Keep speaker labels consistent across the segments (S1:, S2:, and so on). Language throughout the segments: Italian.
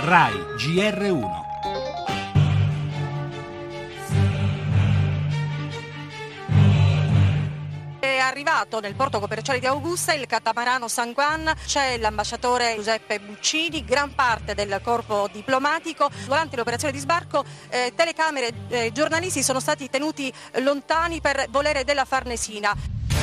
S1: Rai GR1.
S2: È arrivato nel porto commerciale di Augusta il catamarano San Juan, c'è l'ambasciatore Giuseppe Buccini, gran parte del corpo diplomatico. Durante l'operazione di sbarco telecamere e giornalisti sono stati tenuti lontani per volere della Farnesina.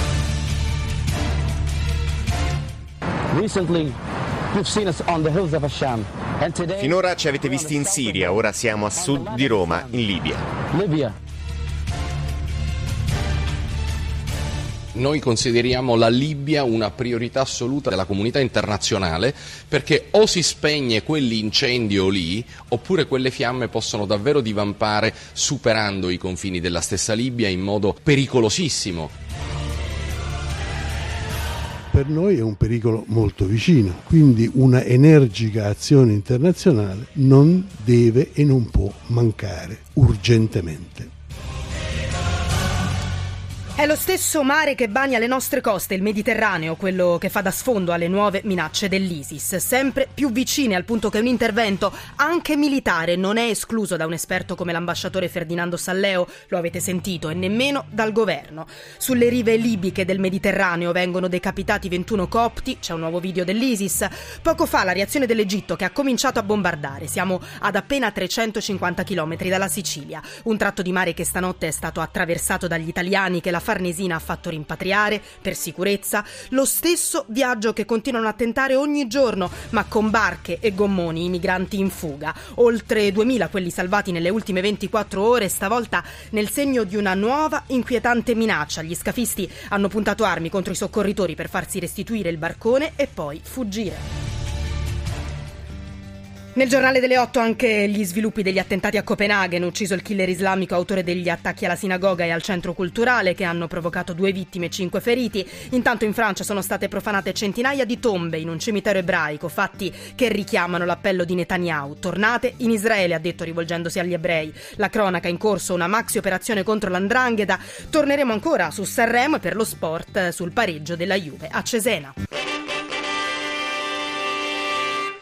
S3: Finora ci avete visti in Siria, ora siamo a sud di Roma, in Libia.
S4: Noi consideriamo la Libia una priorità assoluta della comunità internazionale, perché o si spegne quell'incendio lì oppure quelle fiamme possono davvero divampare superando i confini della stessa Libia in modo pericolosissimo.
S5: Per noi è un pericolo molto vicino, quindi una energica azione internazionale non deve e non può mancare urgentemente.
S6: È lo stesso mare che bagna le nostre coste, il Mediterraneo, quello che fa da sfondo alle nuove minacce dell'ISIS, sempre più vicine al punto che un intervento anche militare non è escluso da un esperto come l'ambasciatore Ferdinando Salleo, lo avete sentito, e nemmeno dal governo. Sulle rive libiche del Mediterraneo vengono decapitati 21 copti, c'è un nuovo video dell'ISIS. Poco fa la reazione dell'Egitto che ha cominciato a bombardare, siamo ad appena 350 km dalla Sicilia, un tratto di mare che stanotte è stato attraversato dagli italiani che la Farnesina ha fatto rimpatriare per sicurezza, lo stesso viaggio che continuano a tentare ogni giorno, ma con barche e gommoni i migranti in fuga. Oltre 2000 quelli salvati nelle ultime 24 ore, stavolta nel segno di una nuova inquietante minaccia. Gli scafisti hanno puntato armi contro i soccorritori per farsi restituire il barcone e poi fuggire. Nel giornale delle 8 anche gli sviluppi degli attentati a Copenaghen, ucciso il killer islamico autore degli attacchi alla sinagoga e al centro culturale che hanno provocato 2 vittime e 5 feriti. Intanto in Francia sono state profanate centinaia di tombe in un cimitero ebraico, fatti che richiamano l'appello di Netanyahu. Tornate in Israele, ha detto rivolgendosi agli ebrei. La cronaca in corso, una maxi operazione contro l''ndrangheta. Torneremo ancora su Sanremo e per lo sport sul pareggio della Juve a Cesena.